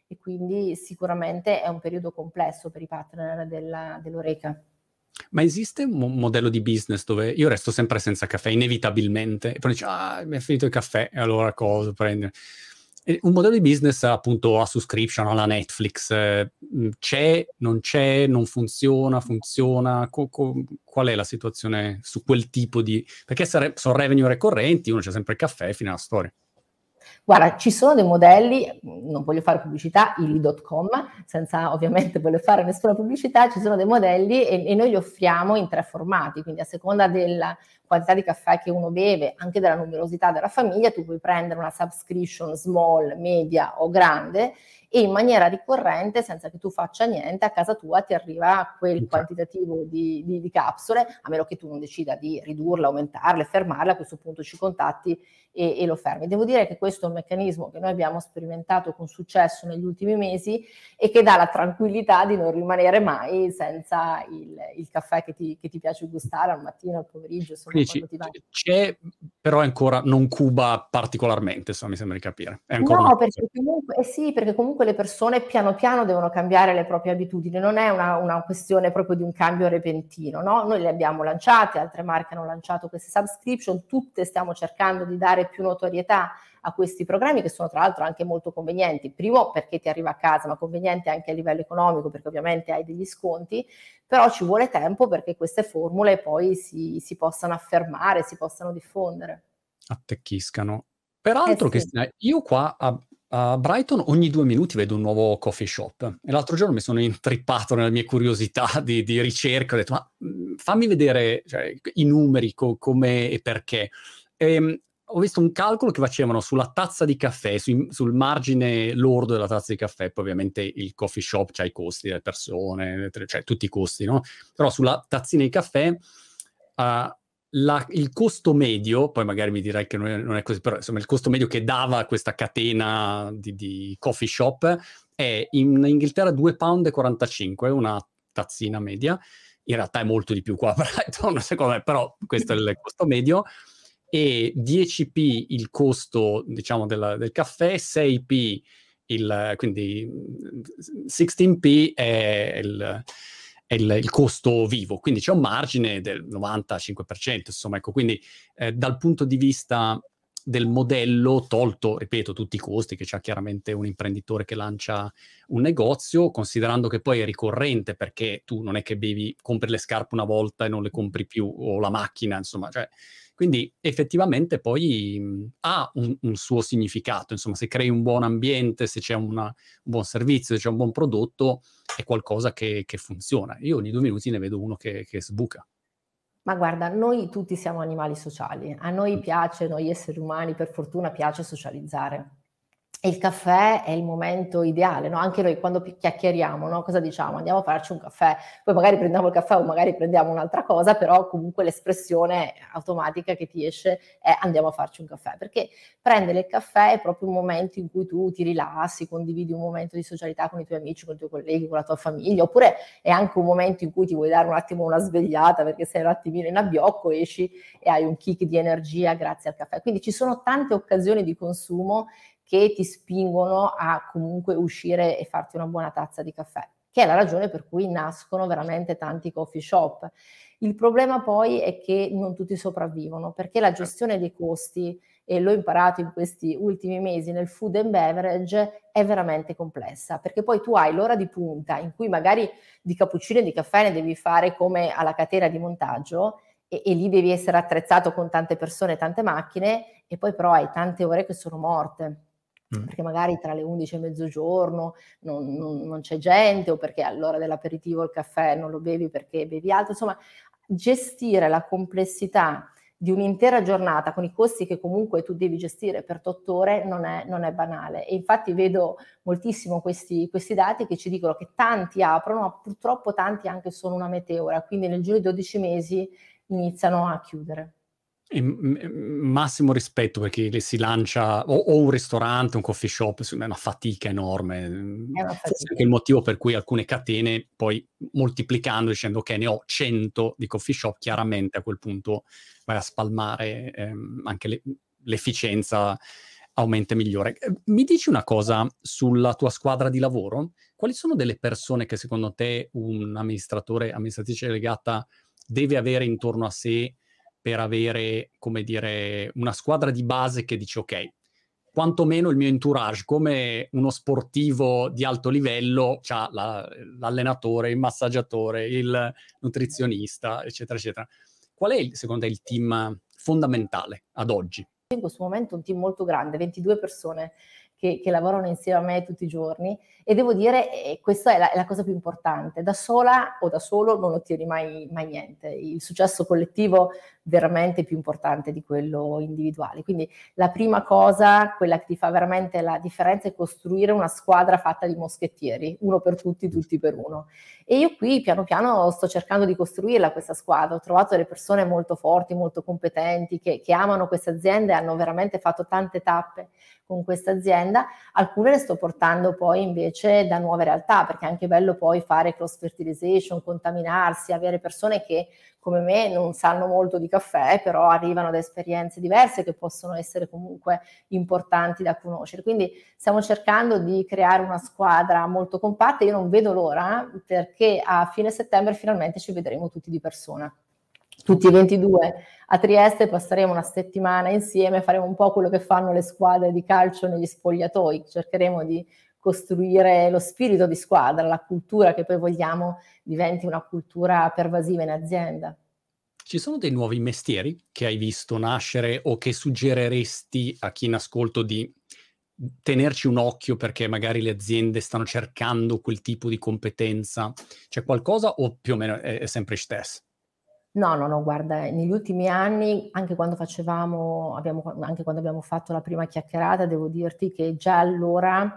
e quindi sicuramente è un periodo complesso per i partner della, dell'Horeca. Ma esiste un mo- modello di business dove io resto sempre senza caffè, inevitabilmente, e poi dici, ah, mi è finito il caffè, e allora cosa prendere? E un modello di business appunto a subscription, alla Netflix, eh, mh, c'è, non c'è, non funziona, funziona? Co- co- qual è la situazione su quel tipo di... Perché se sono revenue ricorrenti, uno c'è sempre il caffè, fine la storia. Guarda, ci sono dei modelli, non voglio fare pubblicità, illy punto com, senza ovviamente voler fare nessuna pubblicità, ci sono dei modelli e, e noi li offriamo in tre formati, quindi a seconda della quantità di caffè che uno beve, anche della numerosità della famiglia, tu puoi prendere una subscription small, media o grande e in maniera ricorrente, senza che tu faccia niente, a casa tua ti arriva quel Ok. quantitativo di, di, di capsule, a meno che tu non decida di ridurla, aumentarle, fermarla, a questo punto ci contatti e, e lo fermi. Devo dire che questo è un meccanismo che noi abbiamo sperimentato con successo negli ultimi mesi e che dà la tranquillità di non rimanere mai senza il, il caffè che ti, che ti piace gustare al mattino, al pomeriggio, insomma, Quindi quando ci- ti va. c'è, però è ancora non cuba particolarmente, insomma, mi sembra di capire. È ancora No, una cosa. perché comunque, eh sì, perché comunque le persone piano piano devono cambiare le proprie abitudini, non è una, una questione proprio di un cambio repentino, no? Noi le abbiamo lanciate, altre marche hanno lanciato queste subscription, tutte stiamo cercando di dare più notorietà a questi programmi che sono tra l'altro anche molto convenienti, primo perché ti arriva a casa, ma conveniente anche a livello economico perché ovviamente hai degli sconti, però ci vuole tempo perché queste formule poi si, si possano affermare, si possano diffondere. Attecchiscano. Eh Peraltro, sì. Cristina, io qua a, a Brighton ogni due minuti vedo un nuovo coffee shop e l'altro giorno mi sono intrippato nelle mie curiosità di, di ricerca, ho detto ma mh, fammi vedere cioè, i numeri, co- come e perché. E, ho visto un calcolo che facevano sulla tazza di caffè, sui- sul margine lordo della tazza di caffè, poi ovviamente il coffee shop c'ha i costi delle persone, cioè tutti i costi, no? Però sulla tazzina di caffè uh, la- il costo medio, poi magari mi dirai che non è, non è così, però insomma il costo medio che dava questa catena di, di coffee shop è in Inghilterra due pound e quarantacinque, una tazzina media. In realtà è molto di più qua a Brighton, secondo me, però questo è il costo medio. E dieci p il costo, diciamo, della- del caffè, sei p il, quindi mm, sedici p è il, è il, il costo vivo, quindi c'è un margine del novantacinque per cento, insomma, ecco, quindi eh, dal punto di vista del modello, tolto, ripeto, tutti i costi che c'ha chiaramente un imprenditore che lancia un negozio, considerando che poi è ricorrente perché tu non è che bevi, compri le scarpe una volta e non le compri più, o la macchina, insomma, cioè, quindi effettivamente poi mh, ha un, un suo significato, insomma, se crei un buon ambiente, se c'è una, un buon servizio, se c'è un buon prodotto, è qualcosa che, che funziona. Io ogni due minuti ne vedo uno che, che sbuca. Ma guarda, noi tutti siamo animali sociali, a noi piace, noi esseri umani per fortuna piace socializzare. E il caffè è il momento ideale, no? Anche noi quando chiacchieriamo, no? Cosa diciamo? Andiamo a farci un caffè, poi magari prendiamo il caffè o magari prendiamo un'altra cosa, però comunque l'espressione automatica che ti esce è andiamo a farci un caffè, perché prendere il caffè è proprio un momento in cui tu ti rilassi, condividi un momento di socialità con i tuoi amici, con i tuoi colleghi, con la tua famiglia, oppure è anche un momento in cui ti vuoi dare un attimo una svegliata perché sei un attimino in abbiocco, esci e hai un kick di energia grazie al caffè. Quindi ci sono tante occasioni di consumo che ti spingono a comunque uscire e farti una buona tazza di caffè, che è la ragione per cui nascono veramente tanti coffee shop. Il problema poi è che non tutti sopravvivono, perché la gestione dei costi, e l'ho imparato in questi ultimi mesi nel food and beverage, è veramente complessa, perché poi tu hai l'ora di punta in cui magari di cappuccino e di caffè ne devi fare come alla catena di montaggio, e, e lì devi essere attrezzato con tante persone, tante macchine, e poi però hai tante ore che sono morte. Mm. Perché magari tra le undici e mezzogiorno non, non, non c'è gente, o perché all'ora dell'aperitivo il caffè non lo bevi perché bevi altro. Insomma, gestire la complessità di un'intera giornata con i costi che comunque tu devi gestire per otto ore non è, non è banale. E infatti vedo moltissimo questi, questi dati che ci dicono che tanti aprono, ma purtroppo tanti anche sono una meteora, quindi nel giro di dodici mesi iniziano a chiudere. E, m- massimo rispetto per chi si lancia o, o un ristorante, un coffee shop, è una fatica enorme. È una Forse fatica. anche il motivo per cui alcune catene poi moltiplicando, dicendo ok, ne ho cento di coffee shop, chiaramente a quel punto vai a spalmare ehm, anche le- l'efficienza aumenta e migliore. Eh, Mi dici una cosa sulla tua squadra di lavoro? Quali sono delle persone che secondo te un amministratore, amministratrice delegata deve avere intorno a sé per avere, come dire, una squadra di base che dice ok, quantomeno il mio entourage, come uno sportivo di alto livello, c'ha la- l'allenatore, il massaggiatore, il nutrizionista, eccetera, eccetera. Qual è, il- secondo te, il team fondamentale ad oggi? In questo momento un team molto grande, ventidue persone che, che lavorano insieme a me tutti i giorni, e devo dire, e questa è la, è la cosa più importante, da sola o da solo non ottieni mai, mai niente, il successo collettivo veramente più importante di quello individuale. Quindi la prima cosa, quella che ti fa veramente la differenza, è costruire una squadra fatta di moschettieri, uno per tutti, tutti per uno. E io qui piano piano sto cercando di costruirla questa squadra, ho trovato delle persone molto forti, molto competenti, che, che amano questa azienda e hanno veramente fatto tante tappe con questa azienda. Alcune le sto portando poi invece da nuove realtà, perché è anche bello poi fare cross fertilization, contaminarsi, avere persone che come me non sanno molto di caffè, però arrivano da esperienze diverse che possono essere comunque importanti da conoscere. Quindi stiamo cercando di creare una squadra molto compatta. Io non vedo l'ora, perché a fine settembre finalmente ci vedremo tutti di persona. Tutti e ventidue a Trieste, passeremo una settimana insieme, faremo un po' quello che fanno le squadre di calcio negli spogliatoi, cercheremo di costruire lo spirito di squadra, la cultura che poi vogliamo diventi una cultura pervasiva in azienda. Ci sono dei nuovi mestieri che hai visto nascere o che suggeriresti a chi in ascolto di tenerci un occhio perché magari le aziende stanno cercando quel tipo di competenza? C'è qualcosa o più o meno è, è sempre stesso? No, no, no, guarda, negli ultimi anni, anche quando facevamo, abbiamo, anche quando abbiamo fatto la prima chiacchierata, devo dirti che già allora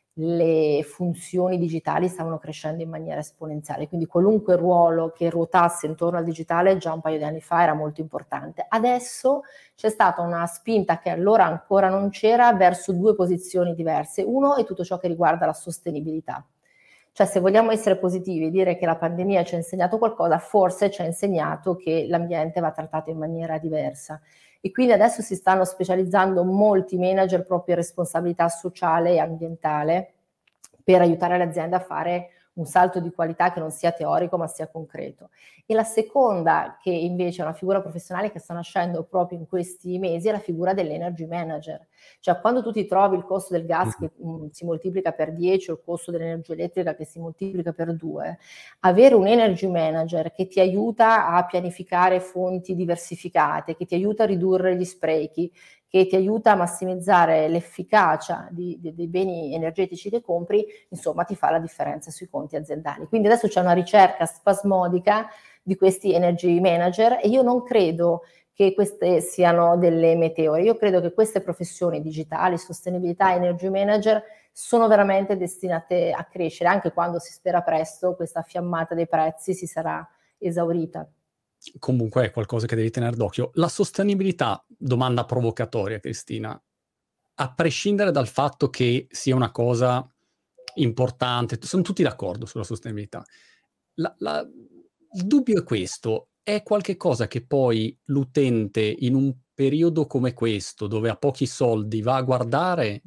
le funzioni digitali stavano crescendo in maniera esponenziale, quindi qualunque ruolo che ruotasse intorno al digitale già un paio di anni fa era molto importante. Adesso c'è stata una spinta che allora ancora non c'era verso due posizioni diverse. Uno è tutto ciò che riguarda la sostenibilità. Cioè, se vogliamo essere positivi e dire che la pandemia ci ha insegnato qualcosa, forse ci ha insegnato che l'ambiente va trattato in maniera diversa. E quindi adesso si stanno specializzando molti manager proprio in responsabilità sociale e ambientale per aiutare l'azienda a fare un salto di qualità che non sia teorico ma sia concreto. E la seconda, che invece è una figura professionale che sta nascendo proprio in questi mesi, è la figura dell'energy manager. Cioè, quando tu ti trovi il costo del gas che mh, si moltiplica per dieci o il costo dell'energia elettrica che si moltiplica per due, avere un energy manager che ti aiuta a pianificare fonti diversificate, che ti aiuta a ridurre gli sprechi, che ti aiuta a massimizzare l'efficacia di, di, dei beni energetici che compri, insomma ti fa la differenza sui conti aziendali. Quindi adesso c'è una ricerca spasmodica di questi energy manager e io non credo che queste siano delle meteore, io credo che queste professioni digitali, sostenibilità, energy manager sono veramente destinate a crescere, anche quando si spera presto questa fiammata dei prezzi si sarà esaurita. Comunque è qualcosa che devi tenere d'occhio. La sostenibilità, domanda provocatoria, Cristina, a prescindere dal fatto che sia una cosa importante, sono tutti d'accordo sulla sostenibilità. La, la, il dubbio è questo, è qualche cosa che poi l'utente in un periodo come questo, dove ha pochi soldi, va a guardare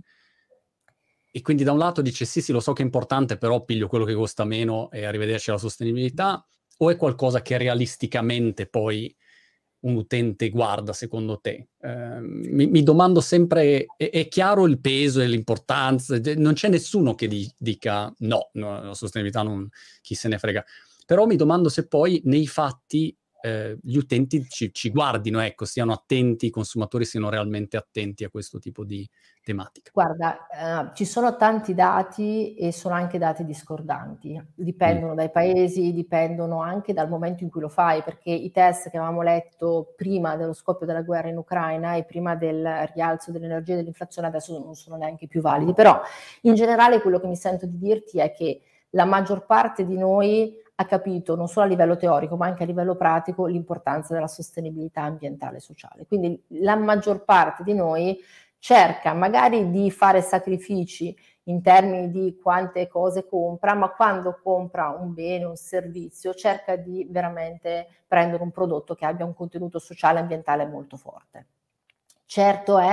e quindi da un lato dice sì, sì, lo so che è importante, però piglio quello che costa meno e arrivederci alla sostenibilità, o è qualcosa che realisticamente poi un utente guarda, secondo te? Eh, mi, mi domando sempre, è, è chiaro il peso e l'importanza? Non c'è nessuno che di, dica no, no, la sostenibilità non, chi se ne frega. Però mi domando se poi nei fatti eh, gli utenti ci, ci guardino, ecco, siano attenti, i consumatori siano realmente attenti a questo tipo di tematica. Guarda, eh, ci sono tanti dati e sono anche dati discordanti, dipendono mm. dai paesi, dipendono anche dal momento in cui lo fai, perché i test che avevamo letto prima dello scoppio della guerra in Ucraina e prima del rialzo dell'energia e dell'inflazione adesso non sono neanche più validi, però in generale quello che mi sento di dirti è che la maggior parte di noi ha capito, non solo a livello teorico, ma anche a livello pratico, l'importanza della sostenibilità ambientale e sociale. Quindi la maggior parte di noi cerca magari di fare sacrifici in termini di quante cose compra, ma quando compra un bene, un servizio, cerca di veramente prendere un prodotto che abbia un contenuto sociale e ambientale molto forte. Certo è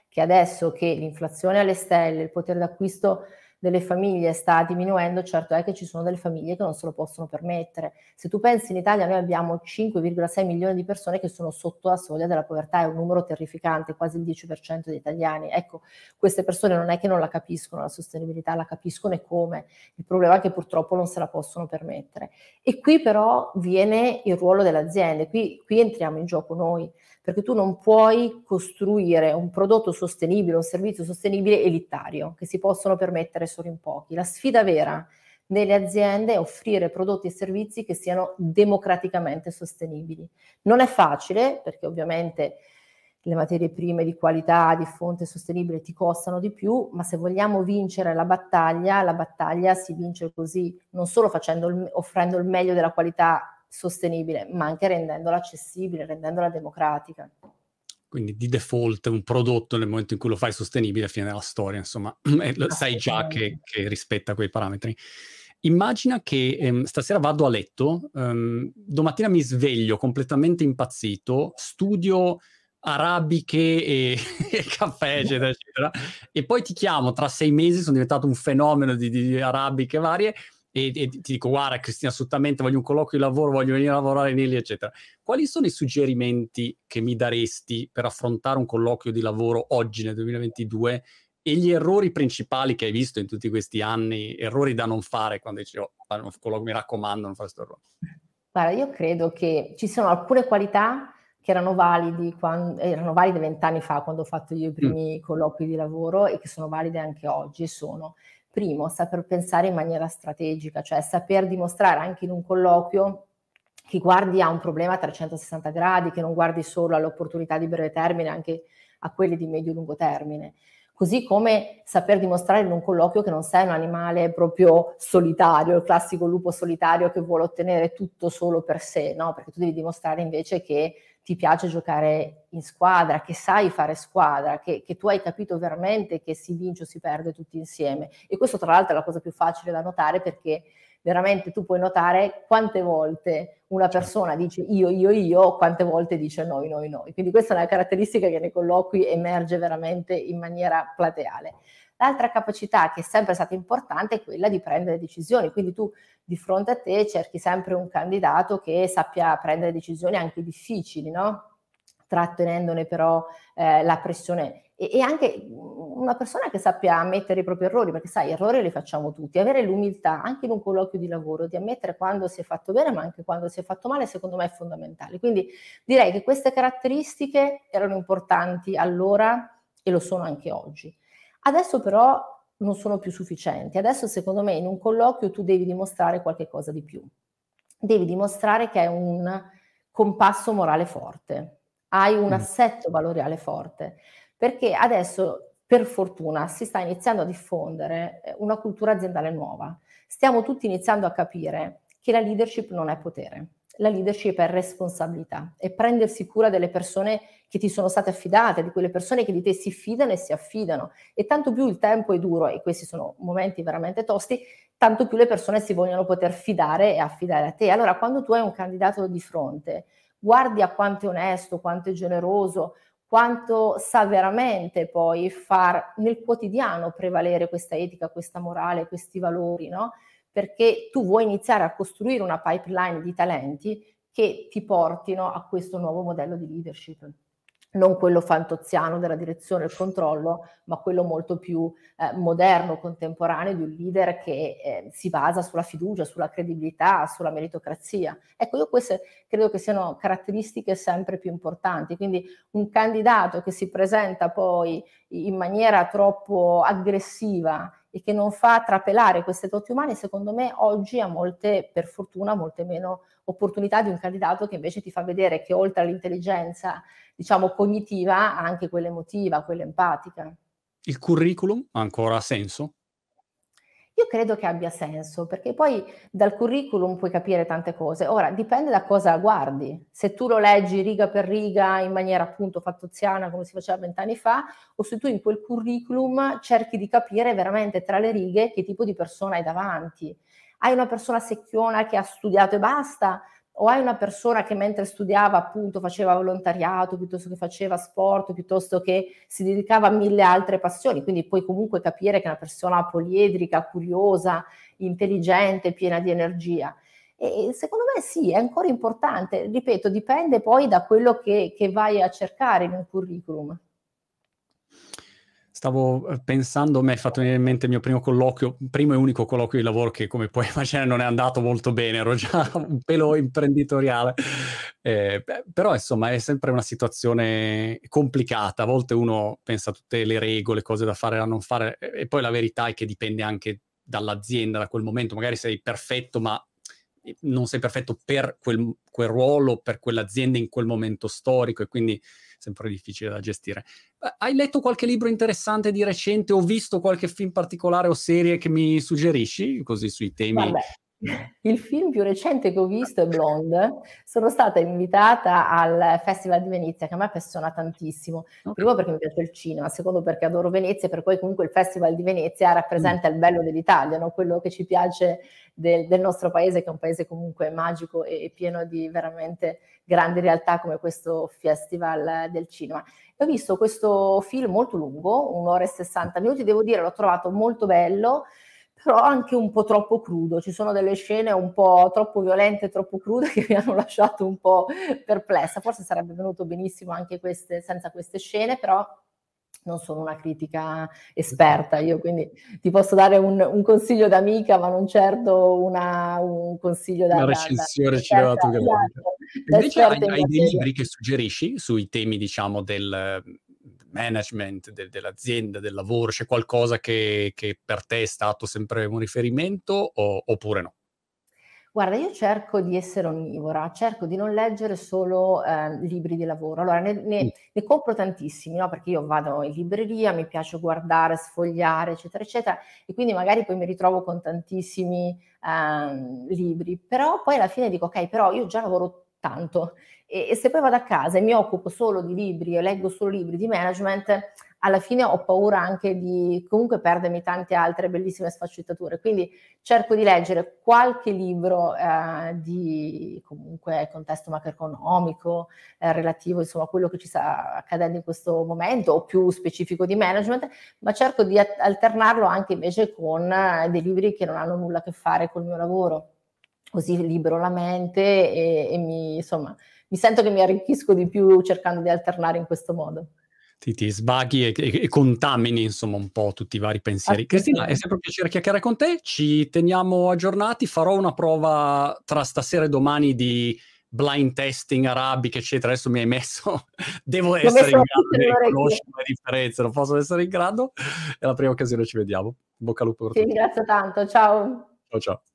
che adesso che l'inflazione è alle stelle, il potere d'acquisto delle famiglie sta diminuendo, certo è che ci sono delle famiglie che non se lo possono permettere. Se tu pensi, in Italia noi abbiamo cinque virgola sei milioni di persone che sono sotto la soglia della povertà, è un numero terrificante, quasi il dieci per cento degli italiani. Ecco, queste persone non è che non la capiscono la sostenibilità, la capiscono e come. Il problema è che purtroppo non se la possono permettere. E qui però viene il ruolo delle aziende, qui, qui entriamo in gioco noi, perché tu non puoi costruire un prodotto sostenibile, un servizio sostenibile elitario, che si possono permettere solo in pochi. La sfida vera nelle aziende è offrire prodotti e servizi che siano democraticamente sostenibili. Non è facile, perché ovviamente le materie prime di qualità, di fonte sostenibile ti costano di più, ma se vogliamo vincere la battaglia, la battaglia si vince così, non solo facendo il, offrendo il meglio della qualità sostenibile, ma anche rendendola accessibile, rendendola democratica. Quindi di default un prodotto nel momento in cui lo fai sostenibile a fine della storia, insomma, sai già che, che rispetta quei parametri. Immagina che ehm, stasera vado a letto, ehm, domattina mi sveglio completamente impazzito, studio arabiche e, e caffè, eccetera, eccetera, e poi ti chiamo tra sei mesi, sono diventato un fenomeno di, di arabiche varie, e, e ti dico: guarda Cristina, assolutamente voglio un colloquio di lavoro, voglio venire a lavorare in Illy, eccetera. Quali sono i suggerimenti che mi daresti per affrontare un colloquio di lavoro oggi nel duemilaventidue e gli errori principali che hai visto in tutti questi anni, errori da non fare quando dici oh, un colloquio, mi raccomando, non fare questo errore? Guarda, io credo che ci siano alcune qualità che erano validi quando, erano valide vent'anni fa, quando ho fatto io i primi mm. colloqui di lavoro, e che sono valide anche oggi. Sono: primo, saper pensare in maniera strategica, cioè saper dimostrare anche in un colloquio che guardi a un problema a trecentosessanta gradi, che non guardi solo alle opportunità di breve termine, anche a quelle di medio-lungo termine. Così come saper dimostrare in un colloquio che non sei un animale proprio solitario, il classico lupo solitario che vuole ottenere tutto solo per sé, no? Perché tu devi dimostrare invece che ti piace giocare in squadra, che sai fare squadra, che, che tu hai capito veramente che si vince o si perde tutti insieme. E questo tra l'altro è la cosa più facile da notare, perché veramente tu puoi notare quante volte una persona dice io, io, io, quante volte dice noi, noi, noi. Quindi questa è una caratteristica che nei colloqui emerge veramente in maniera plateale. L'altra capacità che è sempre stata importante è quella di prendere decisioni, quindi tu di fronte a te cerchi sempre un candidato che sappia prendere decisioni anche difficili, no? Trattenendone però eh, la pressione, e, e anche una persona che sappia ammettere i propri errori, perché sai, errori li facciamo tutti. Avere l'umiltà anche in un colloquio di lavoro di ammettere quando si è fatto bene ma anche quando si è fatto male, secondo me è fondamentale. Quindi direi che queste caratteristiche erano importanti allora e lo sono anche oggi. Adesso però non sono più sufficienti. Adesso secondo me in un colloquio tu devi dimostrare qualche cosa di più. Devi dimostrare che hai un compasso morale forte, hai un assetto valoriale forte, perché adesso per fortuna si sta iniziando a diffondere una cultura aziendale nuova. Stiamo tutti iniziando a capire che la leadership non è potere. La leadership è responsabilità, è prendersi cura delle persone che ti sono state affidate, di quelle persone che di te si fidano e si affidano. E tanto più il tempo è duro, e questi sono momenti veramente tosti, tanto più le persone si vogliono poter fidare e affidare a te. Allora, quando tu hai un candidato di fronte, guardi a quanto è onesto, quanto è generoso, quanto sa veramente poi far nel quotidiano prevalere questa etica, questa morale, questi valori, no? Perché tu vuoi iniziare a costruire una pipeline di talenti che ti portino a questo nuovo modello di leadership. Non quello fantoziano della direzione e il controllo, ma quello molto più eh, moderno, contemporaneo, di un leader che eh, si basa sulla fiducia, sulla credibilità, sulla meritocrazia. Ecco, io queste credo che siano caratteristiche sempre più importanti. Quindi un candidato che si presenta poi in maniera troppo aggressiva e che non fa trapelare queste doti umane, secondo me oggi ha molte, per fortuna, molte meno opportunità di un candidato che invece ti fa vedere che oltre all'intelligenza, diciamo, cognitiva, ha anche quella emotiva, quella empatica. Il curriculum ha ancora senso? Io credo che abbia senso, perché poi dal curriculum puoi capire tante cose. Ora, dipende da cosa guardi. Se tu lo leggi riga per riga in maniera appunto fattoziana, come si faceva vent'anni fa, o se tu in quel curriculum cerchi di capire veramente tra le righe che tipo di persona hai davanti. Hai una persona secchiona che ha studiato e basta, o hai una persona che mentre studiava appunto faceva volontariato, piuttosto che faceva sport, piuttosto che si dedicava a mille altre passioni, quindi puoi comunque capire che è una persona poliedrica, curiosa, intelligente, piena di energia. E secondo me sì, è ancora importante, ripeto, dipende poi da quello che, che vai a cercare in un curriculum. Stavo pensando, mi hai fatto venire in mente il mio primo colloquio, primo e unico colloquio di lavoro che, come puoi immaginare, non è andato molto bene, ero già un pelo imprenditoriale. Eh, beh, però insomma è sempre una situazione complicata, a volte uno pensa a tutte le regole, cose da fare e da non fare, e poi la verità è che dipende anche dall'azienda, da quel momento, magari sei perfetto, ma non sei perfetto per quel, quel ruolo, per quell'azienda in quel momento storico, e quindi è sempre difficile da gestire. Hai letto qualche libro interessante di recente o visto qualche film particolare o serie che mi suggerisci, così sui temi? Guarda, il film più recente che ho visto è Blonde. Sono stata invitata al Festival di Venezia, che a me appassiona tantissimo. Okay. Primo perché mi piace il cinema, secondo perché adoro Venezia, per poi comunque il Festival di Venezia rappresenta Mm. il bello dell'Italia, no? Quello che ci piace del, del nostro paese, che è un paese comunque magico e, e pieno di veramente grandi realtà come questo Festival del cinema. E ho visto questo film molto lungo, un'ora e sessanta minuti, devo dire, l'ho trovato molto bello, però anche un po' troppo crudo. Ci sono delle scene un po' troppo violente, troppo crude, che mi hanno lasciato un po' perplessa. Forse sarebbe venuto benissimo anche queste, senza queste scene, però non sono una critica esperta io, quindi ti posso dare un, un consiglio d'amica, ma non certo una, un consiglio da, Una da, da recensione esperta, cinematografica. esatto, da Invece hai, esperta in hai dei materia. libri che suggerisci sui temi, diciamo, del management, de- dell'azienda, del lavoro? C'è qualcosa che, che per te è stato sempre un riferimento o- oppure no? Guarda, io cerco di essere onnivora, cerco di non leggere solo eh, libri di lavoro. Allora, ne, Mm. ne- ne compro tantissimi, no? Perché io vado in libreria, mi piace guardare, sfogliare, eccetera, eccetera, e quindi magari poi mi ritrovo con tantissimi ehm, libri. Però poi alla fine dico, ok, però io già lavoro tanto e, e se poi vado a casa e mi occupo solo di libri e leggo solo libri di management, alla fine ho paura anche di comunque perdermi tante altre bellissime sfaccettature. Quindi cerco di leggere qualche libro eh, di comunque contesto macroeconomico, eh, relativo insomma a quello che ci sta accadendo in questo momento o più specifico di management, ma cerco di alternarlo anche invece con eh, dei libri che non hanno nulla a che fare col mio lavoro. Così libero la mente e, e mi, insomma, mi sento che mi arricchisco di più cercando di alternare in questo modo. Ti, ti sbaghi e, e- e contamini insomma un po' tutti i vari pensieri. Cristina, è Assolutamente. sempre un piacere chiacchierare con te, ci teniamo aggiornati, farò una prova tra stasera e domani di blind testing arabiche eccetera, adesso mi hai messo, devo Ti ho essere messo in la grado puce di nell'orecchio. riconoscere le differenze, non posso essere in grado, e alla prima occasione ci vediamo. In bocca al lupo per Ti tutto. ringrazio tanto, ciao. Ciao ciao.